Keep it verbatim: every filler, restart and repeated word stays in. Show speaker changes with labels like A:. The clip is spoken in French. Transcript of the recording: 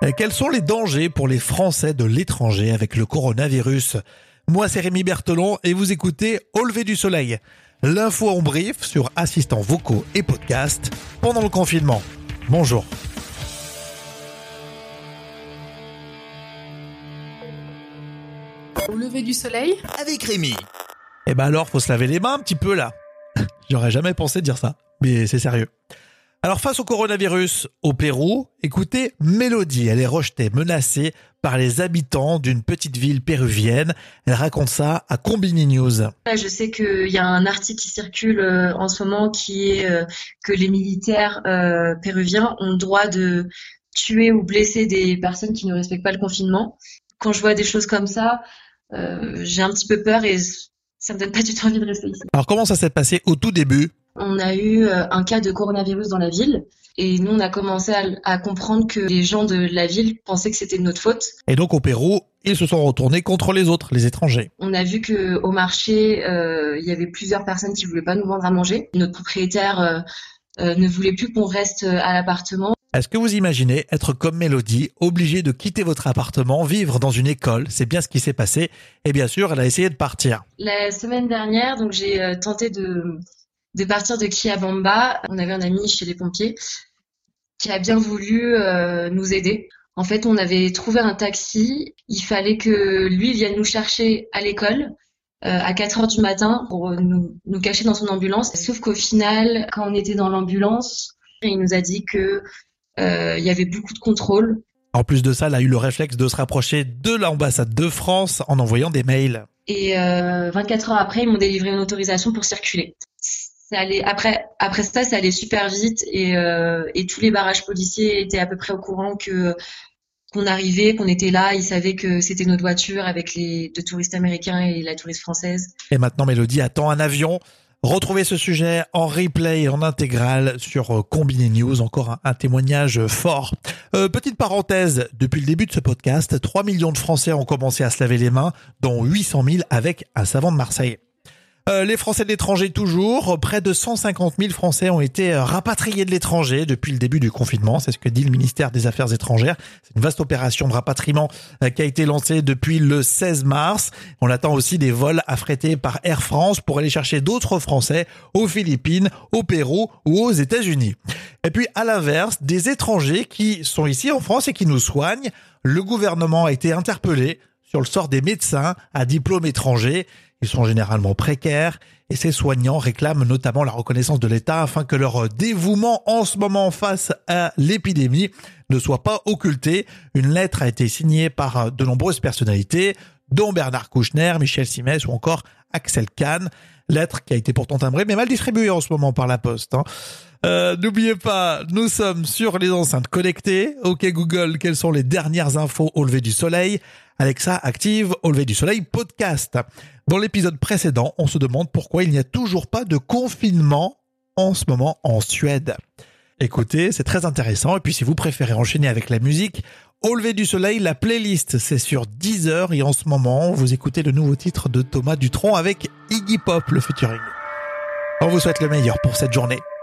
A: Quels sont les dangers pour les Français de l'étranger avec le coronavirus ? Moi, c'est Rémi Berthelon et vous écoutez Au lever du soleil. L'info en brief sur assistants vocaux et podcasts pendant le confinement. Bonjour.
B: Au lever du soleil
C: avec Rémi.
A: Eh ben alors, faut se laver les mains un petit peu là. J'aurais jamais pensé dire ça, mais c'est sérieux. Alors face au coronavirus au Pérou, écoutez Mélodie, elle est rejetée, menacée par les habitants d'une petite ville péruvienne. Elle raconte ça à Combini News.
D: Je sais qu'il y a un article qui circule euh, en ce moment qui est euh, que les militaires euh, péruviens ont le droit de tuer ou blesser des personnes qui ne respectent pas le confinement. Quand je vois des choses comme ça, euh, j'ai un petit peu peur et ça me donne pas du tout envie de rester ici.
A: Alors comment ça s'est passé au tout début ?
D: On a eu un cas de coronavirus dans la ville et nous on a commencé à, à comprendre que les gens de la ville pensaient que c'était de notre faute.
A: Et donc au Pérou, ils se sont retournés contre les autres, les étrangers.
D: On a vu que au marché, euh, il y avait plusieurs personnes qui voulaient pas nous vendre à manger. Notre propriétaire euh, euh, ne voulait plus qu'on reste à l'appartement.
A: Est-ce que vous imaginez être comme Mélodie, obligée de quitter votre appartement, vivre dans une école ? C'est bien ce qui s'est passé. Et bien sûr, elle a essayé de partir.
D: La semaine dernière, donc j'ai euh, tenté de de partir de Kiabamba. On avait un ami chez les pompiers qui a bien voulu euh, nous aider. En fait, on avait trouvé un taxi. Il fallait que lui vienne nous chercher à l'école euh, à quatre heures du matin pour nous, nous cacher dans son ambulance. Sauf qu'au final, quand on était dans l'ambulance, il nous a dit que euh, il y avait beaucoup de contrôles.
A: En plus de ça, elle a eu le réflexe de se rapprocher de l'ambassade de France en envoyant des mails.
D: Et euh, vingt-quatre heures après, ils m'ont délivré une autorisation pour circuler. Ça allait, après, après ça, ça allait super vite et, euh, et tous les barrages policiers étaient à peu près au courant que qu'on arrivait, qu'on était là. Ils savaient que c'était notre voiture avec les deux touristes américains et la touriste française.
A: Et maintenant, Mélodie attend un avion. Retrouvez ce sujet en replay et en intégrale sur Combini News. Encore un, un témoignage fort. Euh, petite parenthèse, depuis le début de ce podcast, trois millions de Français ont commencé à se laver les mains, dont huit cent mille avec un savon de Marseille. Euh, les Français de l'étranger toujours, près de cent cinquante mille Français ont été rapatriés de l'étranger depuis le début du confinement, c'est ce que dit le ministère des Affaires étrangères. C'est une vaste opération de rapatriement euh, qui a été lancée depuis le seize mars. On attend aussi des vols affrétés par Air France pour aller chercher d'autres Français aux Philippines, au Pérou ou aux États-Unis. Et puis à l'inverse, des étrangers qui sont ici en France et qui nous soignent. Le gouvernement a été interpellé sur le sort des médecins à diplôme étranger. Ils sont généralement précaires et ces soignants réclament notamment la reconnaissance de l'État afin que leur dévouement en ce moment face à l'épidémie ne soit pas occulté. Une lettre a été signée par de nombreuses personnalités, dont Bernard Kouchner, Michel Simès ou encore Axel Kahn. Lettre qui a été pourtant timbrée mais mal distribuée en ce moment par la Poste. Hein. Euh, n'oubliez pas, nous sommes sur les enceintes connectées. Ok Google, quelles sont les dernières infos au lever du soleil ? Alexa active Au lever du soleil podcast. Dans l'épisode précédent, on se demande pourquoi il n'y a toujours pas de confinement en ce moment en Suède. Écoutez, c'est très intéressant. Et puis si vous préférez enchaîner avec la musique, Au lever du soleil, la playlist, c'est sur Deezer. Et en ce moment, vous écoutez le nouveau titre de Thomas Dutronc avec Iggy Pop, le featuring. On vous souhaite le meilleur pour cette journée.